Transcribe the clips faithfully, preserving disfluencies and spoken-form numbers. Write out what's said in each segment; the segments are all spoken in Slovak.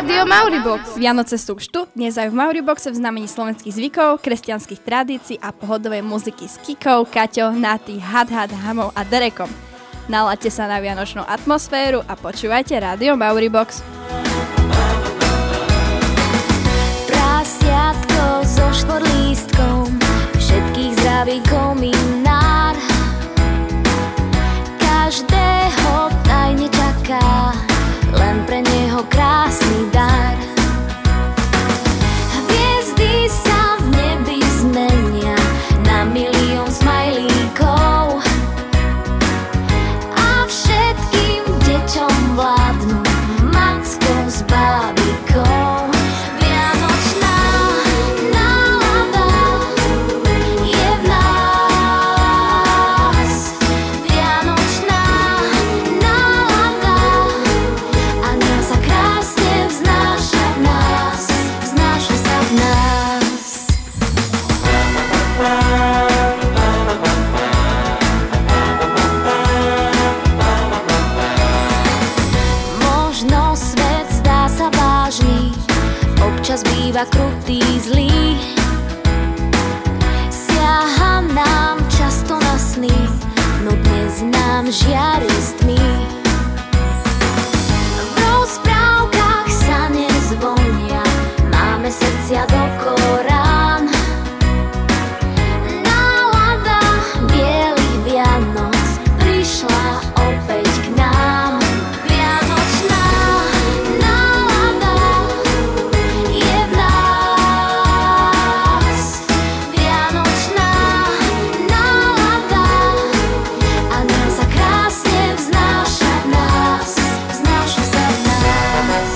Rádio Mauribox. Vianoce sú už tu, dnes aj v Mauriboxe v znamení slovenských zvykov, kresťanských tradícií a pohodovej muziky s Kikou, Kaťou, Naty, Had Had, Hamou a Derekom. Nalaďte sa na vianočnú atmosféru a počúvajte Rádio Mauribox. Prasiatko so štvorlístkom, všetkých zdraví kominár. Každého tajne čaká, len pre neho krásny dar. Hviezdy sa v nebi zmenia na milión smajlíkov a všetkým deťom vládnu Macko s bábikou. Vianočná nálada je v nás. Vianočná nálada a ňa sa krásne vznáša v nás. Vznáša sa v nás. Možno svet zdá sa vážny, občas býva krutý, zlý. Siaha nám často na sny, no dnes nám žiari z tmy. V rozprávkach sa nezvonia, máme srdcia do korán. Nálada bielých Vianoc prišla opäť k nám. Vianočná nálada je v nás. Vianočná nálada a nám sa krásne vznáša v nás. Vznáša sa v nás.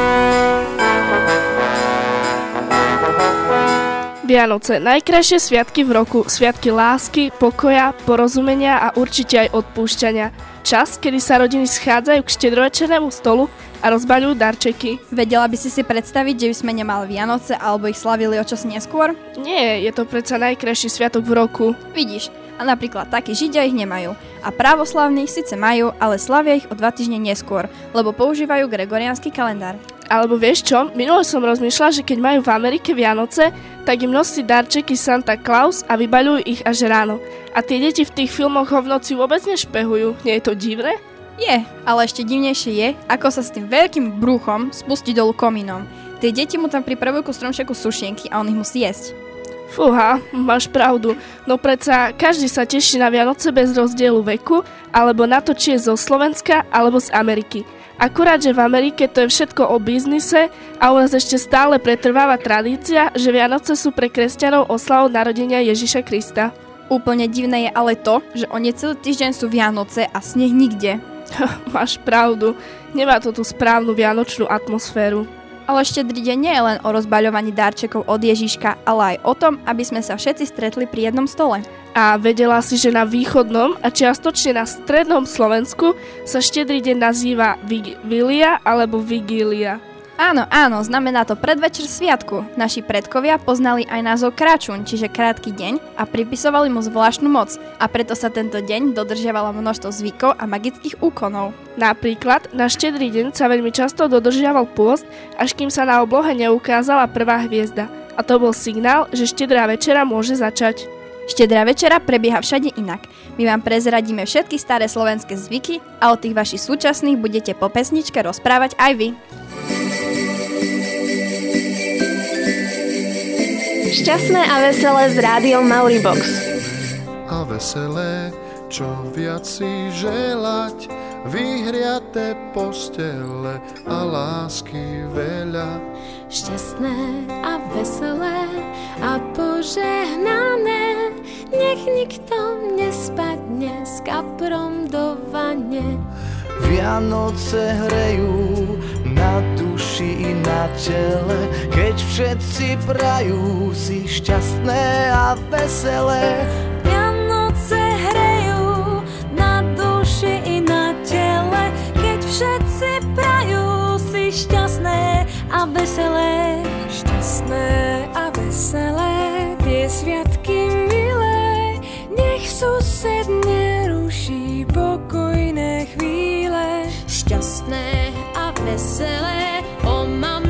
Vianoce, najkrajšie sviatky v roku, sviatky lásky, pokoja, porozumenia a určite aj odpúšťania. Čas, kedy sa rodiny schádzajú k štedrovečernému stolu a rozbaľujú darčeky. Vedela by si si predstaviť, že by sme nemali Vianoce alebo ich slavili o čas neskôr? Nie, je to predsa najkrajší sviatok v roku. Vidíš, a napríklad takí Židia ich nemajú. A pravoslavní síce majú, ale slavia ich o dva týždne neskôr, lebo používajú gregoriánsky kalendár. Alebo vieš čo, minule som rozmýšľala, že keď majú v Amerike Vianoce, tak im nosí darčeky Santa Claus a vybaľujú ich až ráno. A tie deti v tých filmoch ho v noci vôbec nešpehujú. Nie je to divné? Je, ale ešte divnejšie je, ako sa s tým veľkým brúchom spustí dolu komínom. Tie deti mu tam pripravujú ku stromčeku sušienky a on ich musí jesť. Fúha, máš pravdu. No predsa každý sa teší na Vianoce bez rozdielu veku, alebo na to, či je zo Slovenska, alebo z Ameriky. Akurát, že v Amerike to je všetko o biznise a u nás ešte stále pretrváva tradícia, že Vianoce sú pre kresťanov oslavou narodenia Ježiša Krista. Úplne divné je ale to, že oni celý týždeň sú Vianoce a sneh nikde. Máš pravdu, nemá to tú správnu vianočnú atmosféru. Ale Štedrý deň nie je len o rozbaľovaní darčekov od Ježiška, ale aj o tom, aby sme sa všetci stretli pri jednom stole. A vedela si, že na východnom a čiastočne na strednom Slovensku sa Štedrý deň nazýva Vigilia alebo Vigília. Áno, áno, znamená to predvečer sviatku. Naši predkovia poznali aj názov Kráčuň, čiže krátky deň, a pripisovali mu zvláštnu moc. A preto sa tento deň dodržiavalo množstvo zvykov a magických úkonov. Napríklad na Štedrý deň sa veľmi často dodržiaval pôst, až kým sa na oblohe neukázala prvá hviezda. A to bol signál, že štedrá večera môže začať. Štedrá večera prebieha všade inak. My vám prezradíme všetky staré slovenské zvyky a o tých vašich súčasných budete po pesničke rozprávať aj vy. Šťastné a veselé s Rádiom Mauribox. A veselé, čo viac si želať, vyhriaté postele a lásky veľa. Šťastné a veselé a požehnané, nech nikto nespadne s kaprom do vane. Vianoce hrejú na duši i na tele, keď všetci prajú si šťastné a veselé. Vianoce hrejú na duši i na tele, keď všetci prajú si šťastné a veselé. Šťastné a veselé, tie sviatky milé, nech sused neruší pokojné chvíle. Šťastné a veselé, o mami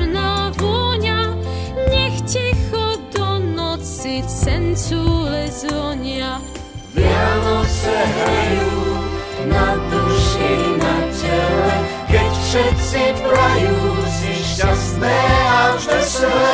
Vianoce hrejú na duši, na tele, keď všetci prajú si šťastné a veselé.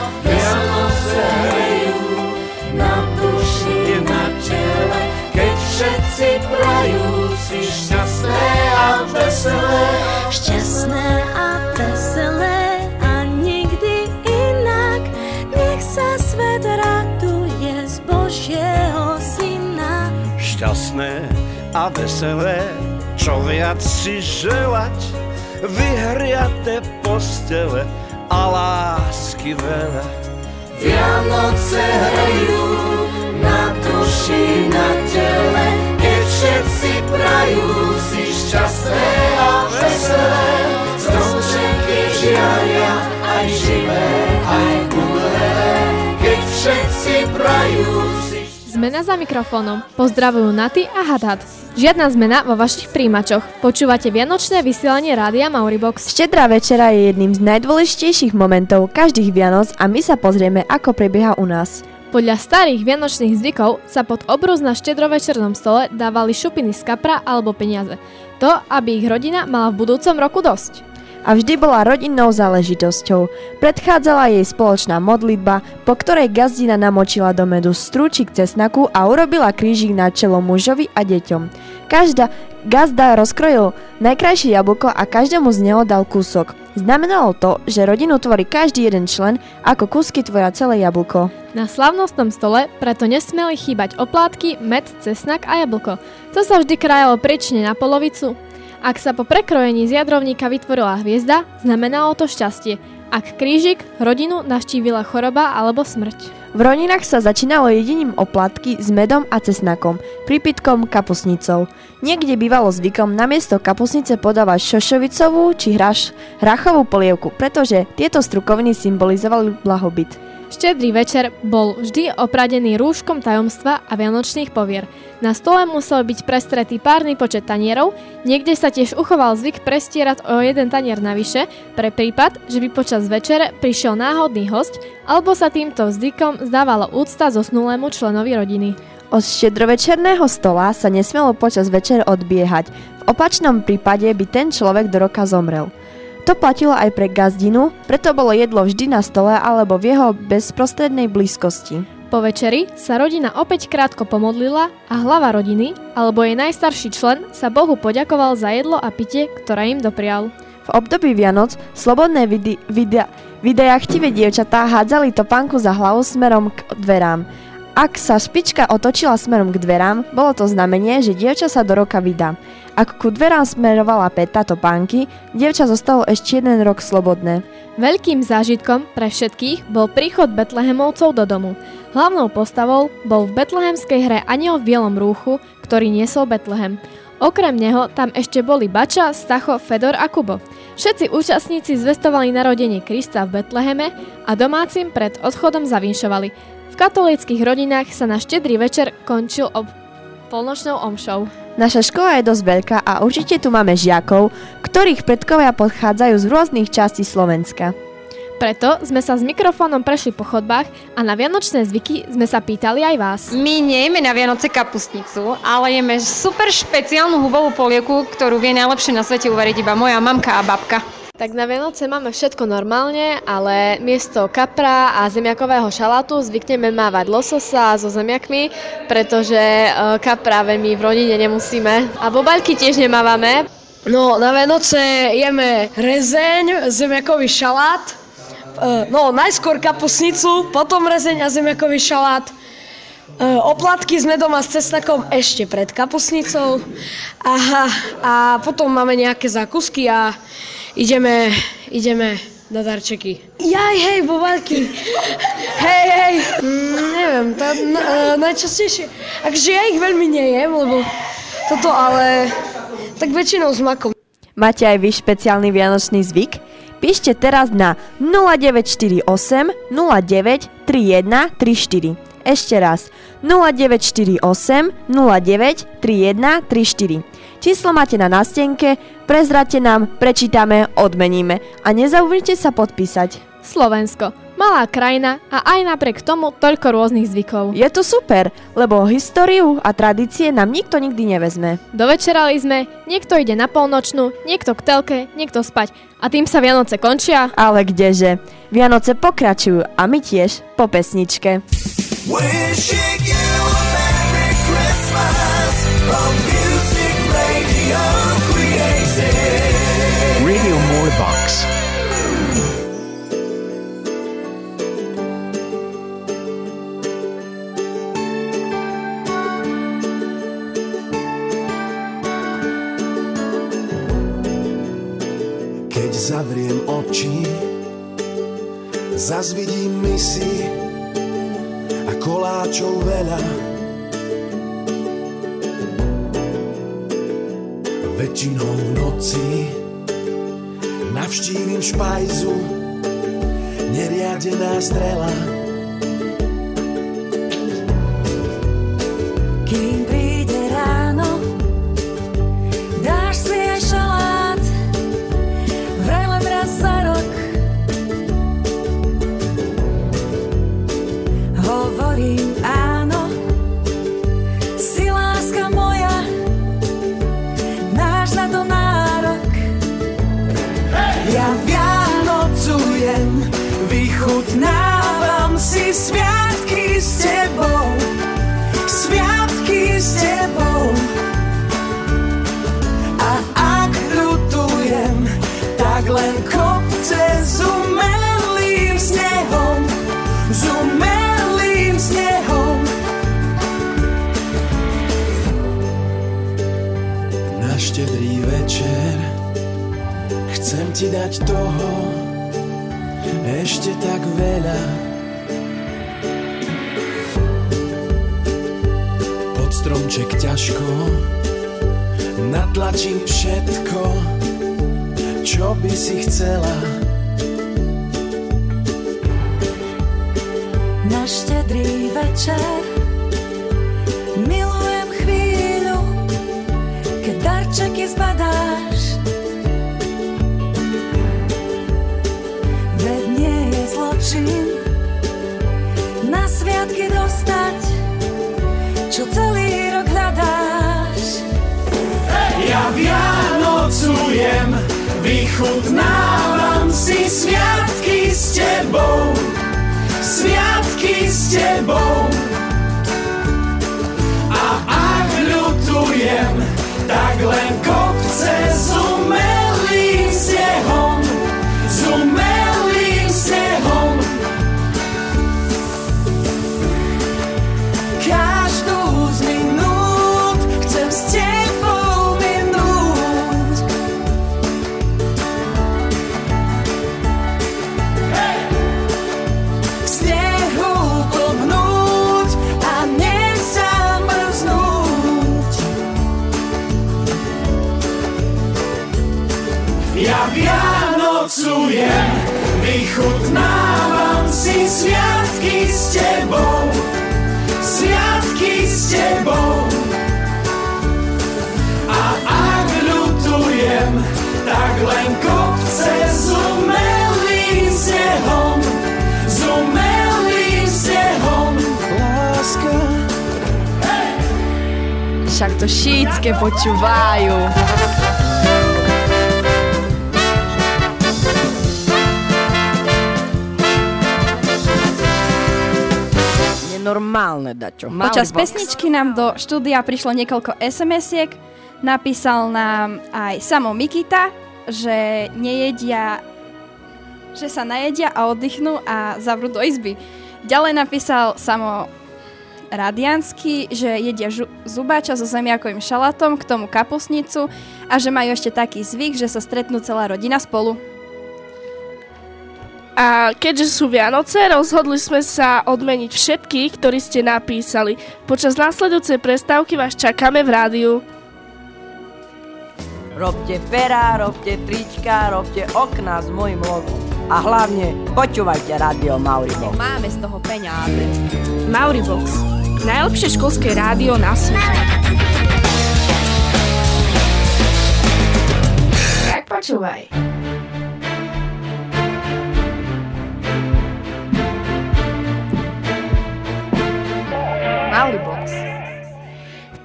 Vianoce hrejú na duši, na tele, keď všetci prajú si šťastné a veselé. Šťastné a veselé a nikdy inak, nech sa svet raduje z Božieho Syna. Šťastné a veselé, čo viac si želať, vyhriate postele a lásky veľa. Vianoce hrejú na duši, na tele, keď všetci prajú si šťastné a veselé. Stromčeky žiaria, aj živé, aj umré, keď všetci prajú si. Zmena za mikrofónom. Pozdravujú Naty a Hadhad. Žiadna zmena vo vašich príjimačoch. Počúvate vianočné vysielanie Rádia Mauribox. Štedrá večera je jedným z najdôležitejších momentov každých Vianoc a my sa pozrieme, ako prebieha u nás. Podľa starých vianočných zvykov sa pod obrus na štedrovečernom stole dávali šupiny z kapra alebo peniaze. To, aby ich rodina mala v budúcom roku dosť. A vždy bola rodinnou záležitosťou. Predchádzala jej spoločná modlitba, po ktorej gazdina namočila do medu strúčik cesnaku a urobila krížik na čelo mužovi a deťom. Každá gazda rozkrojil najkrajšie jablko a každému z neho dal kúsok. Znamenalo to, že rodinu tvorí každý jeden člen, ako kúsky tvoria celé jablko. Na slavnostnom stole preto nesmeli chýbať oplátky, med, cesnak a jablko. To sa vždy krájalo priečne na polovicu. Ak sa po prekrojení z jadrovníka vytvorila hviezda, znamenalo to šťastie. Ak krížik, rodinu navštívila choroba alebo smrť. V rodinách sa začínalo jedením oplátky s medom a cesnakom, prípitkom kapusnicou. Niekde bývalo zvykom namiesto kapusnice podávať šošovicovú či hraš, hrachovú polievku, pretože tieto strukoviny symbolizovali blahobyt. Štedrý večer bol vždy opradený rúškom tajomstva a vianočných povier. Na stole musel byť prestretý párny počet tanierov, niekde sa tiež uchoval zvyk prestierať o jeden tanier navyše, pre prípad, že by počas večere prišiel náhodný hosť, alebo sa týmto zvykom zdávala úcta zosnulému členovi rodiny. Od štedrovečerného stola sa nesmelo počas večer odbiehať, v opačnom prípade by ten človek do roka zomrel. To platilo aj pre gazdinu, preto bolo jedlo vždy na stole alebo v jeho bezprostrednej blízkosti. Po večeri sa rodina opäť krátko pomodlila a hlava rodiny, alebo jej najstarší člen, sa Bohu poďakoval za jedlo a pitie, ktoré im doprial. V období Vianoc slobodné vide- vide- videachtivé dievčatá hádzali topánku za hlavu smerom k dverám. Ak sa špička otočila smerom k dverám, bolo to znamenie, že dievča sa do roka vydá. Ak ku dverám smerovala päta topánky, dievča zostalo ešte jeden rok slobodné. Veľkým zážitkom pre všetkých bol príchod Betlehemovcov do domu. Hlavnou postavou bol v betlehemskej hre Anjel v bielom rúchu, ktorý niesol Betlehem. Okrem neho tam ešte boli Bača, Stacho, Fedor a Kubo. Všetci účastníci zvestovali narodenie Krista v Betleheme a domácim pred odchodom zavinšovali. V katolíckych rodinách sa na štedrý večer končil ob polnočnou omšou. Naša škola je dosť veľká a určite tu máme žiakov, ktorých predkovia pochádzajú z rôznych častí Slovenska. Preto sme sa s mikrofónom prešli po chodbách a na vianočné zvyky sme sa pýtali aj vás. My nejeme na Vianoce kapustnicu, ale jeme super špeciálnu hubovú polievku, ktorú vie najlepšie na svete uvariť iba moja mamka a babka. Tak na Vianoce máme všetko normálne, ale miesto kapra a zemiakového šalátu zvykneme mávať lososa so zemiakmi, pretože uh, kapra my v rodine nemusíme. A bobaľky tiež nemávame. No, na Vianoce jeme rezeň, zemiakový šalát, uh, no najskôr kapusnicu, potom rezeň a zemiakový šalát. Uh, oplatky s medom a s cesnakom ešte pred kapusnicou. Aha, a potom máme nejaké zákusky a ideme, ideme na darčeky. Jaj, hej, bobaľky. Hej, hej, mm, neviem, tá, na, uh, najčastejšie, akže ja ich veľmi nejem, lebo toto, ale tak väčšinou s makom. Máte aj vy špeciálny vianočný zvyk? Píšte teraz na nula deväť štyri osem nula deväť tri jeden tri štyri. Ešte raz nula deväť štyri osem nula deväť tri jeden tri štyri. Číslo máte na nástenke, prezrate nám, prečítame, odmeníme a nezabudnite sa podpísať. Slovensko. Malá krajina a aj napriek tomu toľko rôznych zvykov. Je to super, lebo históriu a tradície nám nikto nikdy nevezme. Dovečerali sme, niekto ide na polnočnú, niekto k telke, niekto spať. A tým sa Vianoce končia? Ale kdeže? Vianoce pokračujú a my tiež po pesničke. Wishing you a Merry Christmas from Music Radio Creative. Radio Mauribox. Keď zavriem oči, zas vidím misy a koláčov veľa. Väčšinou v noci navštívim špajzu, neriadená strela. Kým príde ráno, dáš si aj šalát, vraj len raz za rok. Hovorím áno, si láska moja, máš na to nárok. Ja vianocujem, vychutnávam si sviatky s tebou, sviatky s tebou. A ak ľutujem, tak len kopce s umelým snehom, s umelým snehom. Na štedrý večer chcem ti dať toho ešte tak veľa. Pod stromček ťažko natlačím všetko, čo by si chcela. Na štedrý večer milujem chvíľu, keď darčeky zbadáš. Veď nie je zločin na sviatky dostať, čo celý rok hľadáš. Ja vianocujem, vychutnávam si sviatky s tebou, sviatky s tebou. A ak ľutujem, tak len kopce s umelým snehom, s umelým snehom. Každú z minút chcem s tebou minúť. V snehu plnúť a nezamrznúť. Ja vianocujem, vychutnávam si sviatky s tebou, sviatky s tebou. A ak ľutujem, tak len kopce s umelým snehom, s umelým snehom. Láska. Však to šítske počúvajú. Normálne, dačo. Počas pesničky nám do štúdia prišlo niekoľko es em esiek. Napísal nám aj Samo Mikita, že nejedia, že sa najedia a oddychnú a zavrú do izby. Ďalej napísal Samo Radiansky, že jedia žu- zubáča so zemiakovým šalátom, k tomu kapusnicu a že majú ešte taký zvyk, že sa stretnú celá rodina spolu. A keďže sú Vianoce, rozhodli sme sa odmeniť všetkých, ktorí ste napísali. Počas následujúcej prestávky vás čakáme v rádiu. Robte pera, robte trička, robte okná s mojím logom. A hlavne počúvajte rádio Mauribox. Máme z toho peňáze. Mauribox. Najlepšie školské rádio na svete. Tak počúvaj.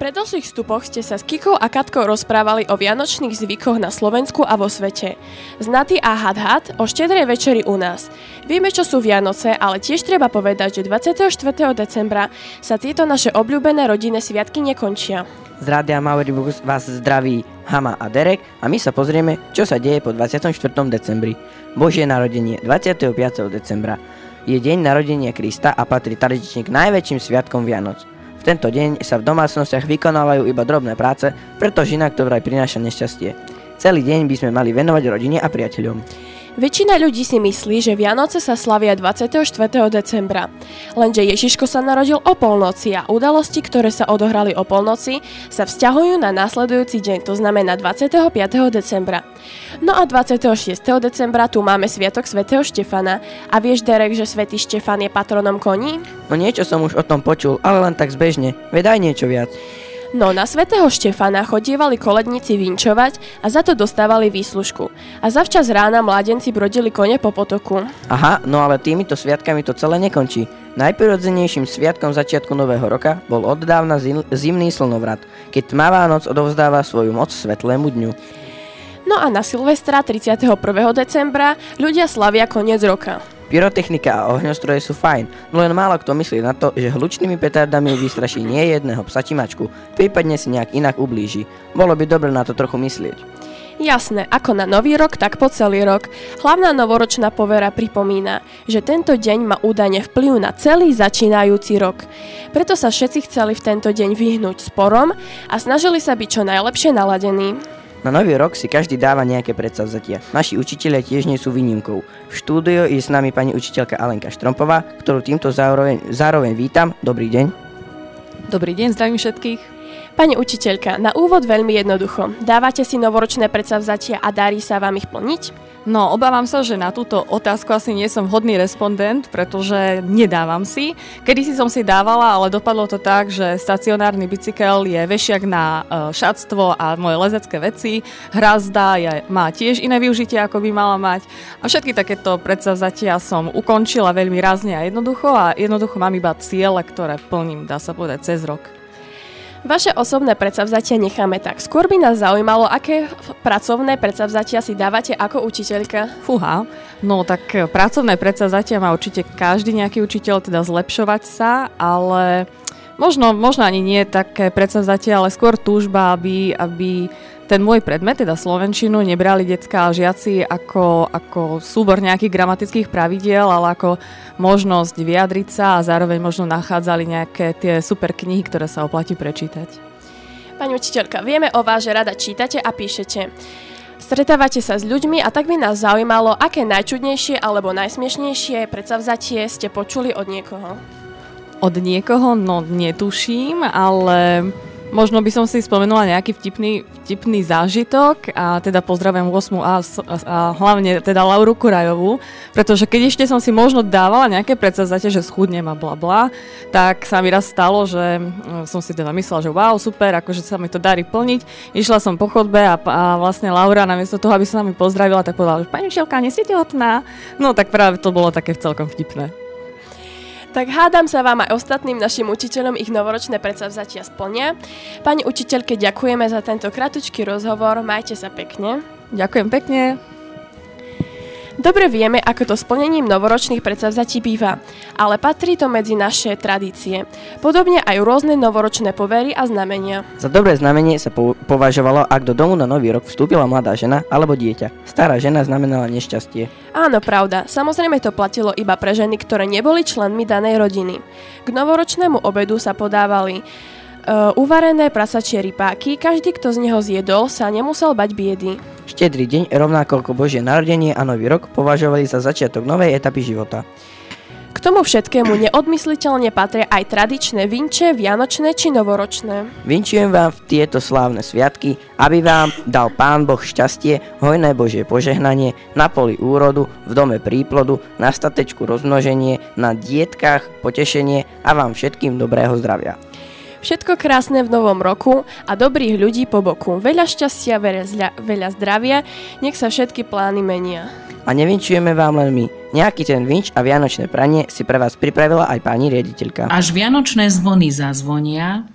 predošlých vstupoch ste sa s Kikou a Katkou rozprávali o vianočných zvykoch na Slovensku a vo svete. Z Naty a Had Had o štedrej večeri u nás. Vieme, čo sú Vianoce, ale tiež treba povedať, že dvadsiateho štvrtého decembra sa tieto naše obľúbené rodinné sviatky nekončia. Z Rádia Mauribus vás zdraví Hama a Derek a my sa pozrieme, čo sa deje po dvadsiatom štvrtom decembri. Božie narodenie dvadsiateho piateho decembra je deň narodenia Krista a patrí tradične k najväčším sviatkom Vianoc. V tento deň sa v domácnostiach vykonávajú iba drobné práce, pretože inak to vraj prináša nešťastie. Celý deň by sme mali venovať rodine a priateľom. Väčšina ľudí si myslí, že Vianoce sa slavia dvadsiateho štvrtého decembra. Lenže Ježiško sa narodil o polnoci a udalosti, ktoré sa odohrali o polnoci, sa vzťahujú na následujúci deň, to znamená dvadsiateho piateho decembra. No a dvadsiateho šiesteho decembra tu máme sviatok svätého Štefana. A vieš, Derek, že svätý Štefan je patronom koní? No niečo som už o tom počul, ale len tak zbežne. Veď aj niečo viac. No na svätého Štefana chodievali koledníci vinčovať a za to dostávali výslužku. A zavčas rána mládenci brodili kone po potoku. Aha, no ale týmito sviatkami to celé nekončí. Najprirodzenejším sviatkom začiatku nového roka bol oddávna zimný slnovrat, keď tmavá noc odovzdáva svoju moc svetlému dňu. No a na Silvestra tridsiateho prvého decembra ľudia slavia koniec roka. Pyrotechnika a ohňostroje sú fajn, no len málo kto myslí na to, že hlučnými petardami vystraší nie jedného psa či mačku, prípadne si nejak inak ublíži. Bolo by dobre na to trochu myslieť. Jasné, ako na nový rok, tak po celý rok. Hlavná novoročná povera pripomína, že tento deň má údajne vplyv na celý začínajúci rok. Preto sa všetci chceli v tento deň vyhnúť sporom a snažili sa byť čo najlepšie naladení. Na nový rok si každý dáva nejaké predsavzatia. Naši učitelia tiež nie sú výnimkou. V štúdiu je s nami pani učiteľka Alenka Štrompová, ktorú týmto zároveň, zároveň vítam. Dobrý deň. Dobrý deň, zdravím všetkých. Pani učiteľka, na úvod veľmi jednoducho. Dávate si novoročné predsavzatia a darí sa vám ich plniť? No, obávam sa, že na túto otázku asi nie som vhodný respondent, pretože nedávam si. Kedysi som si dávala, ale dopadlo to tak, že stacionárny bicykel je vešiak na uh, šatstvo a moje lezecké veci. Hrazda je, má tiež iné využitie, ako by mala mať. A všetky takéto predsavzatia som ukončila veľmi rázne a jednoducho a jednoducho mám iba ciele, ktoré plním, dá sa povedať, cez rok. Vaše osobné predsavzatia necháme tak. Skôr by nás zaujímalo, aké pracovné predsavzatia si dávate ako učiteľka. Fúha, no tak pracovné predsavzatia má určite každý nejaký učiteľ, teda zlepšovať sa, ale možno, možno ani nie také predsavzatia, ale skôr túžba, aby, aby ten môj predmet, teda slovenčinu, nebrali decká a žiaci ako, ako súbor nejakých gramatických pravidiel, ale ako možnosť vyjadriť sa a zároveň možno nachádzali nejaké tie super knihy, ktoré sa oplatí prečítať. Pani učiteľka, vieme o vás, že rada čítate a píšete. Stretávate sa s ľuďmi a tak by nás zaujímalo, aké najčudnejšie alebo najsmiešnejšie predsavzatie ste počuli od niekoho. Od niekoho? No netuším, ale možno by som si spomenula nejaký vtipný, vtipný zážitok a teda pozdravujem ôsmu A a hlavne teda Lauru Kurajovú, pretože keď ešte som si možno dávala nejaké predsavzatie, že schudnem a bla bla, tak sa mi raz stalo, že som si teda myslela, že wow, super, akože sa mi to darí plniť. Išla som po chodbe a, a vlastne Laura namiesto toho, aby sa mi pozdravila, tak povedala, že pani učiteľka, nie ste tehotná? No tak práve to bolo také celkom vtipné. Tak hádam sa vám aj ostatným našim učiteľom ich novoročné predsavzatia splnia. Pani učiteľke, ďakujeme za tento kratučký rozhovor. Majte sa pekne. Ďakujem pekne. Dobre vieme, ako to splnením novoročných predsavzatí býva, ale patrí to medzi naše tradície. Podobne aj rôzne novoročné povery a znamenia. Za dobré znamenie sa po- považovalo, ak do domu na nový rok vstúpila mladá žena alebo dieťa. Stará žena znamenala nešťastie. Áno, pravda. Samozrejme to platilo iba pre ženy, ktoré neboli členmi danej rodiny. K novoročnému obedu sa podávali Uh, uvarené prasačie rypáky, každý, kto z neho zjedol, sa nemusel bať biedy. Štedrý deň, rovnako ako Božie narodenie a Nový rok, považovali za začiatok novej etapy života. K tomu všetkému neodmysliteľne patria aj tradičné vinče, vianočné či novoročné. Vinčujem vám v tieto slávne sviatky, aby vám dal Pán Boh šťastie, hojné Božie požehnanie, na poli úrodu, v dome príplodu, na statečku rozmnoženie, na dietkách potešenie a vám všetkým dobrého zdravia. Všetko krásne v novom roku a dobrých ľudí po boku. Veľa šťastia, veľa, veľa zdravia, nech sa všetky plány menia. A nevinčujeme vám len my. Nejaký ten vinč a vianočné pranie si pre vás pripravila aj pani riaditeľka. Až vianočné zvony zazvonia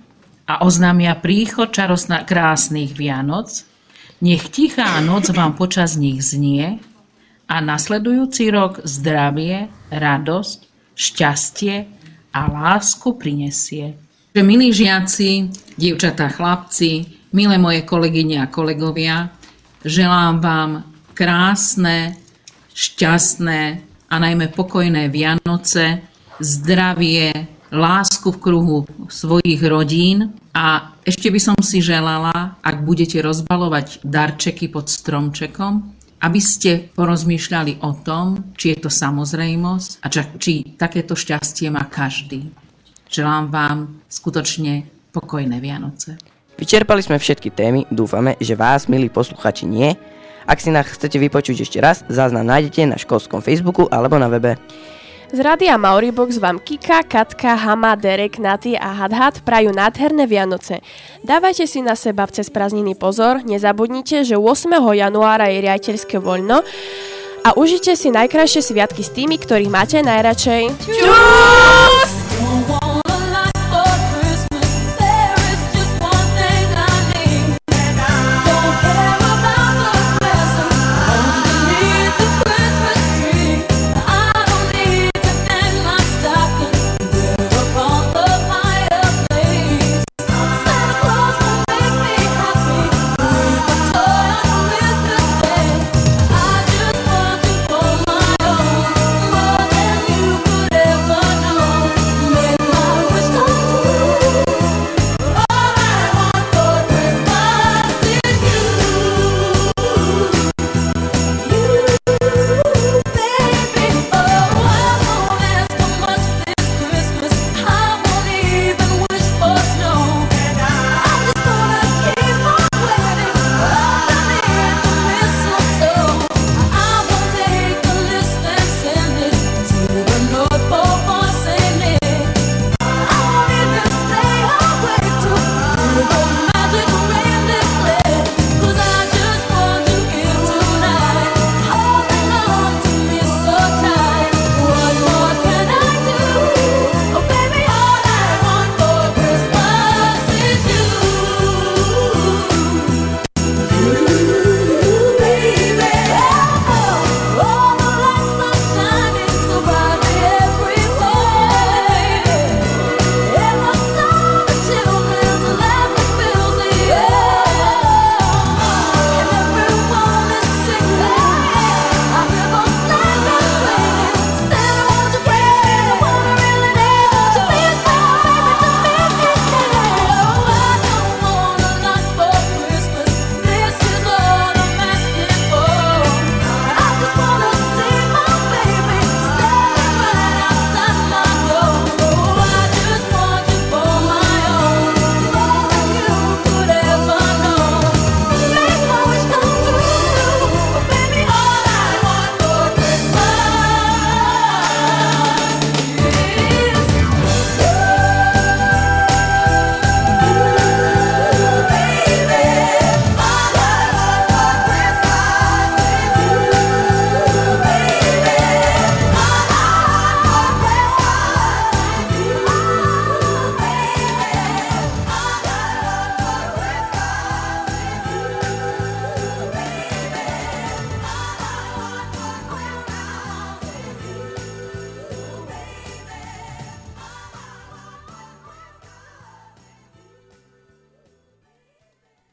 a oznámia príchod čarosna krásnych Vianoc. Nech tichá noc vám počas nich znie a nasledujúci rok zdravie, radosť, šťastie a lásku prinesie. Milí žiaci, dievčatá, chlapci, milé moje kolegyne a kolegovia, želám vám krásne, šťastné a najmä pokojné Vianoce, zdravie, lásku v kruhu svojich rodín a ešte by som si želala, ak budete rozbalovať darčeky pod stromčekom, aby ste porozmýšľali o tom, či je to samozrejmosť a či takéto šťastie má každý. Želám vám skutočne pokojné Vianoce. Vyčerpali sme všetky témy, dúfame, že vás, milí posluchači, nie. Ak si nás chcete vypočuť ešte raz, záznam nájdete na školskom Facebooku alebo na webe. Z rádia Mauribox vám Kika, Katka, Hama, Derek, Naty a Hadhad prajú nádherné Vianoce. Dávajte si na seba cez prázdniny pozor, nezabudnite, že ôsmeho januára je riaditeľské voľno a užite si najkrajšie sviatky s tými, ktorých máte najradšej. Čus!